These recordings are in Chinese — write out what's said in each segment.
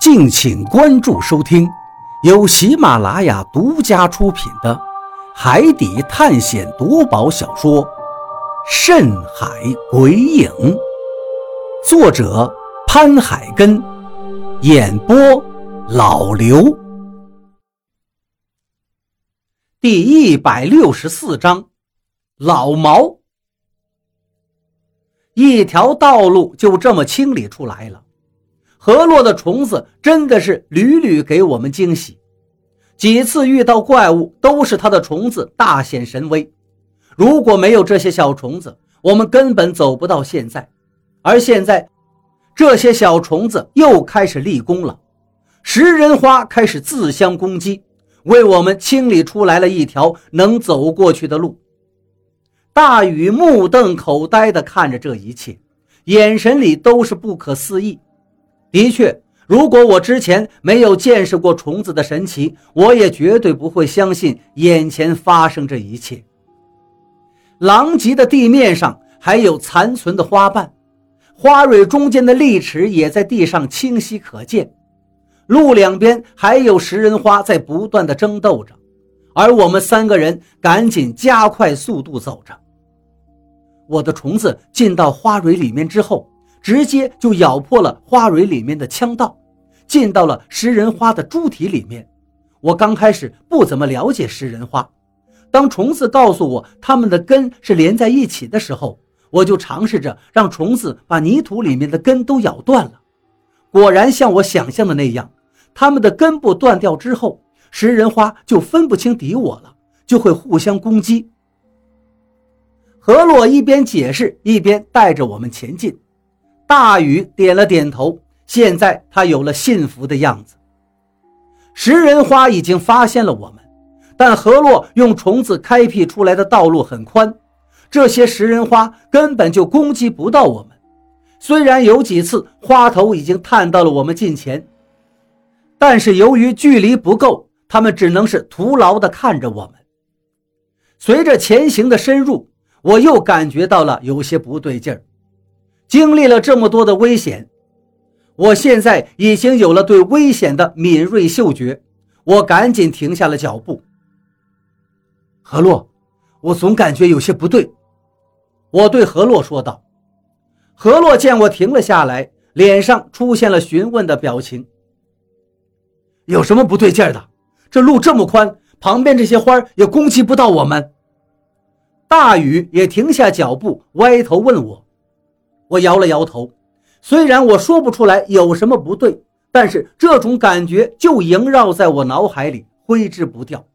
敬请关注收听，由喜马拉雅独家出品的海底探险夺宝小说《深海鬼影》，作者潘海根，演播老刘。第164章，老毛。一条道路就这么清理出来了。河洛的虫子真的是屡屡给我们惊喜，几次遇到怪物都是它的虫子大显神威。如果没有这些小虫子，我们根本走不到现在。而现在这些小虫子又开始立功了，食人花开始自相攻击，为我们清理出来了一条能走过去的路。大禹目瞪口呆地看着这一切，眼神里都是不可思议。的确，如果我之前没有见识过虫子的神奇，我也绝对不会相信眼前发生这一切。狼藉的地面上还有残存的花瓣，花蕊中间的利齿也在地上清晰可见。路两边还有食人花在不断的争斗着，而我们3个人赶紧加快速度走着。我的虫子进到花蕊里面之后，直接就咬破了花蕊里面的腔道，进到了食人花的猪体里面。我刚开始不怎么了解食人花，当虫子告诉我它们的根是连在一起的时候，我就尝试着让虫子把泥土里面的根都咬断了。果然像我想象的那样，它们的根部断掉之后，食人花就分不清敌我了，就会互相攻击。河洛一边解释一边带着我们前进。大禹点了点头，现在他有了信服的样子。食人花已经发现了我们，但河洛用虫子开辟出来的道路很宽，这些食人花根本就攻击不到我们。虽然有几次花头已经探到了我们近前，但是由于距离不够，他们只能是徒劳地看着我们。随着前行的深入，我又感觉到了有些不对劲儿。经历了这么多的危险，我现在已经有了对危险的敏锐嗅觉，我赶紧停下了脚步。河洛，我总感觉有些不对，我对河洛说道。河洛见我停了下来，脸上出现了询问的表情。有什么不对劲的？这路这么宽，旁边这些花也攻击不到我们。大禹也停下脚步，歪头问我。我摇了摇头，虽然我说不出来有什么不对，但是这种感觉就萦绕在我脑海里，挥之不掉。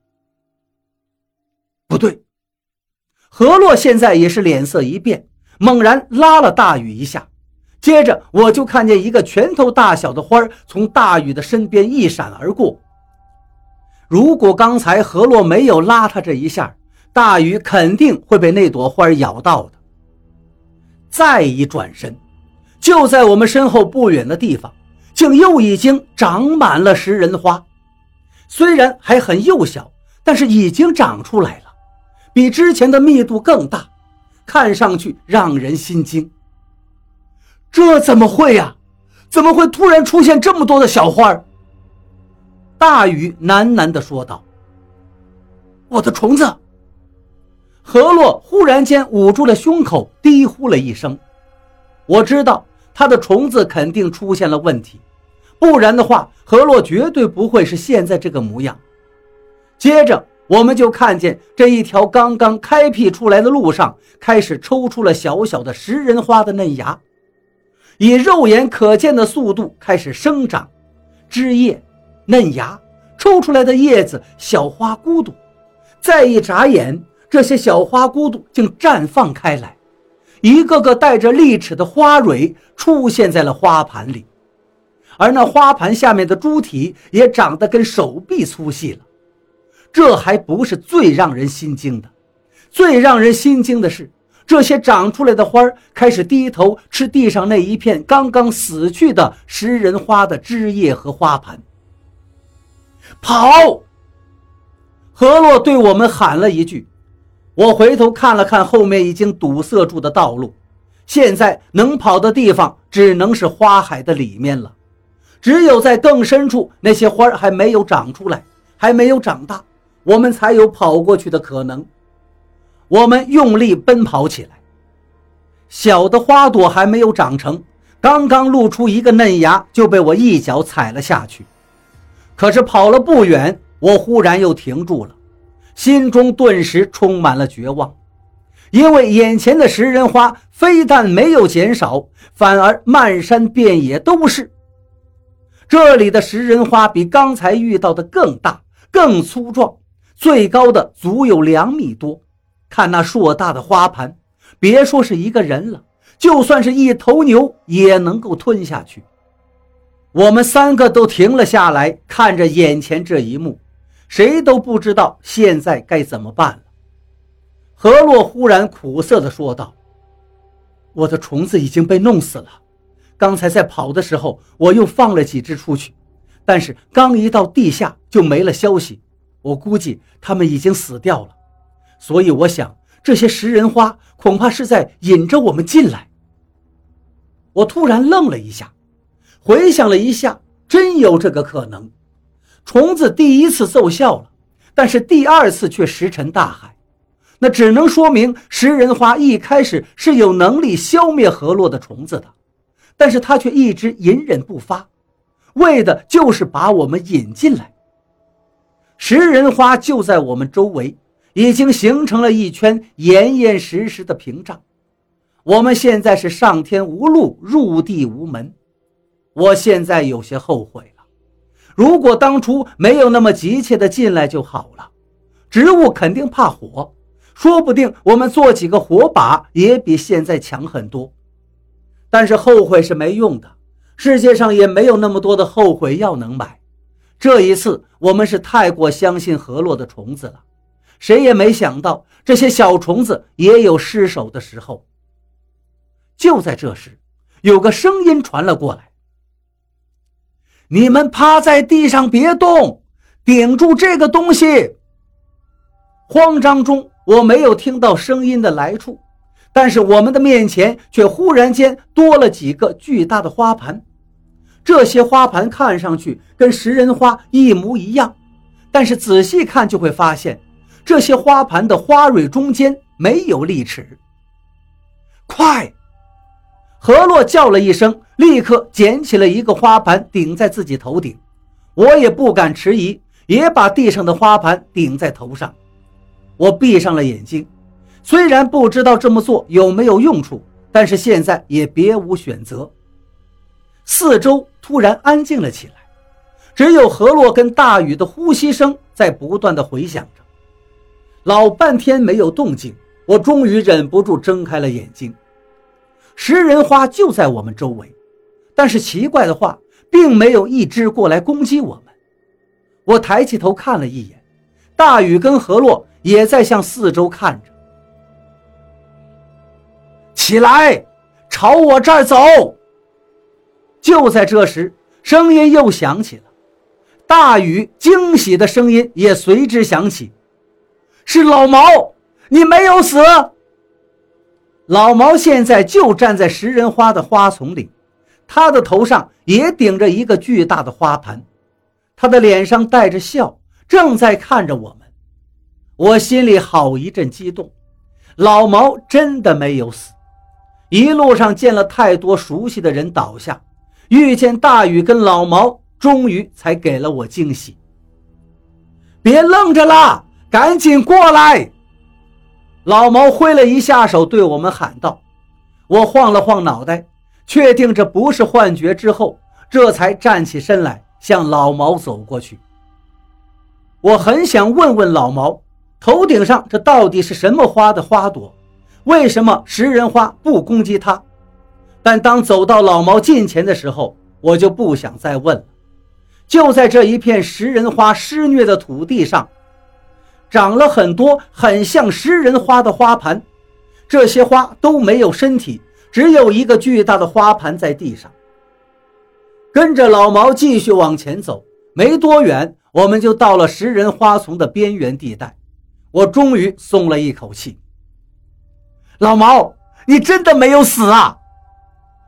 不对。河洛现在也是脸色一变，猛然拉了大禹一下，接着我就看见一个拳头大小的花从大禹的身边一闪而过。如果刚才河洛没有拉他这一下，大禹肯定会被那朵花咬到的。再一转身，就在我们身后不远的地方，竟又已经长满了食人花。虽然还很幼小，但是已经长出来了，比之前的密度更大，看上去让人心惊。这怎么会呀？怎么会突然出现这么多的小花？大禹喃喃地说道。我的虫子！河洛忽然间捂住了胸口，低呼了一声。我知道他的虫子肯定出现了问题，不然的话河洛绝对不会是现在这个模样。接着我们就看见这一条刚刚开辟出来的路上开始抽出了小小的食人花的嫩芽，以肉眼可见的速度开始生长，枝叶、嫩芽、抽出来的叶子、小花骨朵，再一眨眼，这些小花骨朵竟绽放开来，一个个带着利齿的花蕊出现在了花盘里，而那花盘下面的猪体也长得跟手臂粗细了。这还不是最让人心惊的，最让人心惊的是，这些长出来的花开始低头吃地上那一片刚刚死去的食人花的枝叶和花盘。跑！河洛对我们喊了一句。我回头看了看后面已经堵塞住的道路，现在能跑的地方只能是花海的里面了。 只有在更深处，那些花还没有长出来，还没有长大，我们才有跑过去的可能。我们用力奔跑起来，小的花朵还没有长成，刚刚露出一个嫩芽，就被我一脚踩了下去。可是跑了不远，我忽然又停住了，心中顿时充满了绝望。因为眼前的食人花非但没有减少，反而漫山遍野都是。这里的食人花比刚才遇到的更大更粗壮，最高的足有2米多。看那硕大的花盘，别说是一个人了，就算是一头牛也能够吞下去。我们3个都停了下来，看着眼前这一幕，谁都不知道现在该怎么办了。何洛忽然苦涩地说道：我的虫子已经被弄死了，刚才在跑的时候我又放了几只出去，但是刚一到地下就没了消息，我估计它们已经死掉了，所以我想这些食人花恐怕是在引着我们进来。我突然愣了一下，回想了一下，真有这个可能。虫子第1次奏效了，但是第2次却石沉大海，那只能说明食人花一开始是有能力消灭河洛的虫子的，但是它却一直隐忍不发，为的就是把我们引进来。食人花就在我们周围，已经形成了一圈严严实实的屏障。我们现在是上天无路，入地无门。我现在有些后悔了，如果当初没有那么急切的进来就好了。植物肯定怕火，说不定我们做几个火把也比现在强很多。但是后悔是没用的，世界上也没有那么多的后悔药能买。这一次我们是太过相信河洛的虫子了，谁也没想到这些小虫子也有失手的时候。就在这时，有个声音传了过来：你们趴在地上别动，顶住这个东西。慌张中我没有听到声音的来处，但是我们的面前却忽然间多了几个巨大的花盘。这些花盘看上去跟食人花一模一样，但是仔细看就会发现，这些花盘的花蕊中间没有利齿。快！河洛叫了一声，立刻捡起了一个花盘顶在自己头顶。我也不敢迟疑，也把地上的花盘顶在头上。我闭上了眼睛，虽然不知道这么做有没有用处，但是现在也别无选择。四周突然安静了起来，只有河洛跟大雨的呼吸声在不断的回响着。老半天没有动静，我终于忍不住睁开了眼睛。食人花就在我们周围，但是奇怪的话，并没有一只过来攻击我们。我抬起头看了一眼，大雨跟河洛也在向四周看着。起来，朝我这儿走！就在这时，声音又响起了，大雨惊喜的声音也随之响起：是老毛，你没有死！老毛现在就站在食人花的花丛里，他的头上也顶着一个巨大的花盘，他的脸上带着笑，正在看着我们。我心里好一阵激动，老毛真的没有死。一路上见了太多熟悉的人倒下，遇见大雨跟老毛，终于才给了我惊喜。别愣着了，赶紧过来！老毛挥了一下手对我们喊道。我晃了晃脑袋，确定这不是幻觉之后，这才站起身来向老毛走过去。我很想问问老毛，头顶上这到底是什么花的花朵，为什么食人花不攻击他？但当走到老毛近前的时候，我就不想再问了。就在这一片食人花施虐的土地上，长了很多很像食人花的花盘，这些花都没有身体，只有一个巨大的花盘在地上。跟着老毛继续往前走，没多远我们就到了食人花丛的边缘地带。我终于松了一口气。老毛，你真的没有死啊？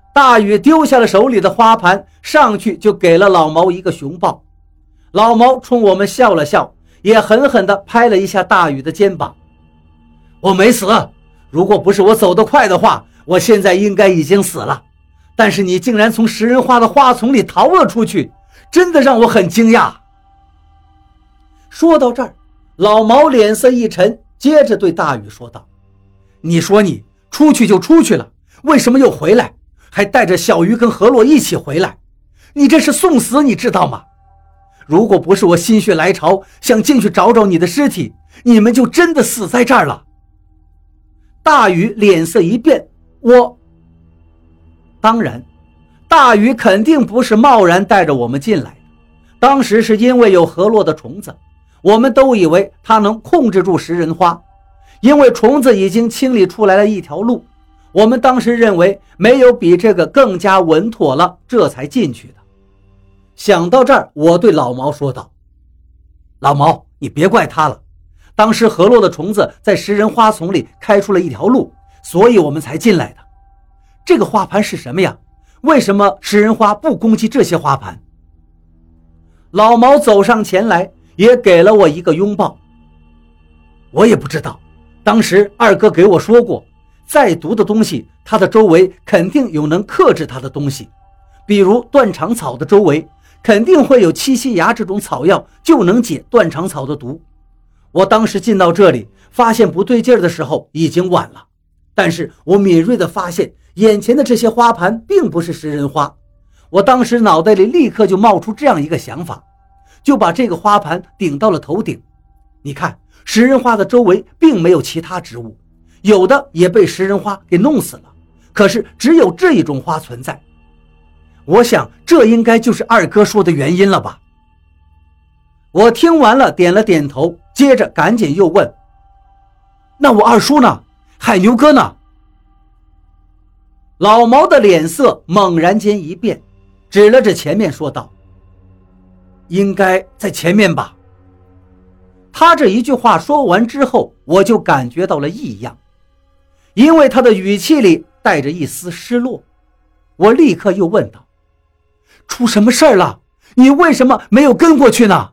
大禹丢下了手里的花盘，上去就给了老毛一个熊抱。老毛冲我们笑了笑，也狠狠地拍了一下大禹的肩膀。我没死，如果不是我走得快的话，我现在应该已经死了。但是你竟然从食人花的花丛里逃了出去，真的让我很惊讶。说到这儿，老毛脸色一沉，接着对大禹说道：你说你出去就出去了，为什么又回来，还带着小鱼跟河洛一起回来？你这是送死，你知道吗？如果不是我心血来潮想进去找找你的尸体，你们就真的死在这儿了。大禹脸色一变，当然，大禹肯定不是贸然带着我们进来的，当时是因为有河洛的虫子，我们都以为他能控制住食人花，因为虫子已经清理出来了一条路，我们当时认为没有比这个更加稳妥了，这才进去的。想到这儿，我对老毛说道：老毛，你别怪他了，当时河洛的虫子在食人花丛里开出了一条路，所以我们才进来的。这个花盘是什么呀？为什么食人花不攻击这些花盘？老毛走上前来，也给了我一个拥抱。我也不知道，当时二哥给我说过，再毒的东西它的周围肯定有能克制它的东西，比如断肠草的周围肯定会有七夕芽这种草药，就能解断肠草的毒。我当时进到这里发现不对劲的时候已经晚了，但是我敏锐地发现眼前的这些花盘并不是食人花，我当时脑袋里立刻就冒出这样一个想法，就把这个花盘顶到了头顶。你看，食人花的周围并没有其他植物，有的也被食人花给弄死了，可是只有这一种花存在。我想这应该就是二哥说的原因了吧。我听完了点了点头，接着赶紧又问：那我二叔呢？海牛哥呢？老毛的脸色猛然间一变，指了指前面说道：应该在前面吧。他这一句话说完之后，我就感觉到了异样，因为他的语气里带着一丝失落。我立刻又问道：出什么事儿了？你为什么没有跟过去呢？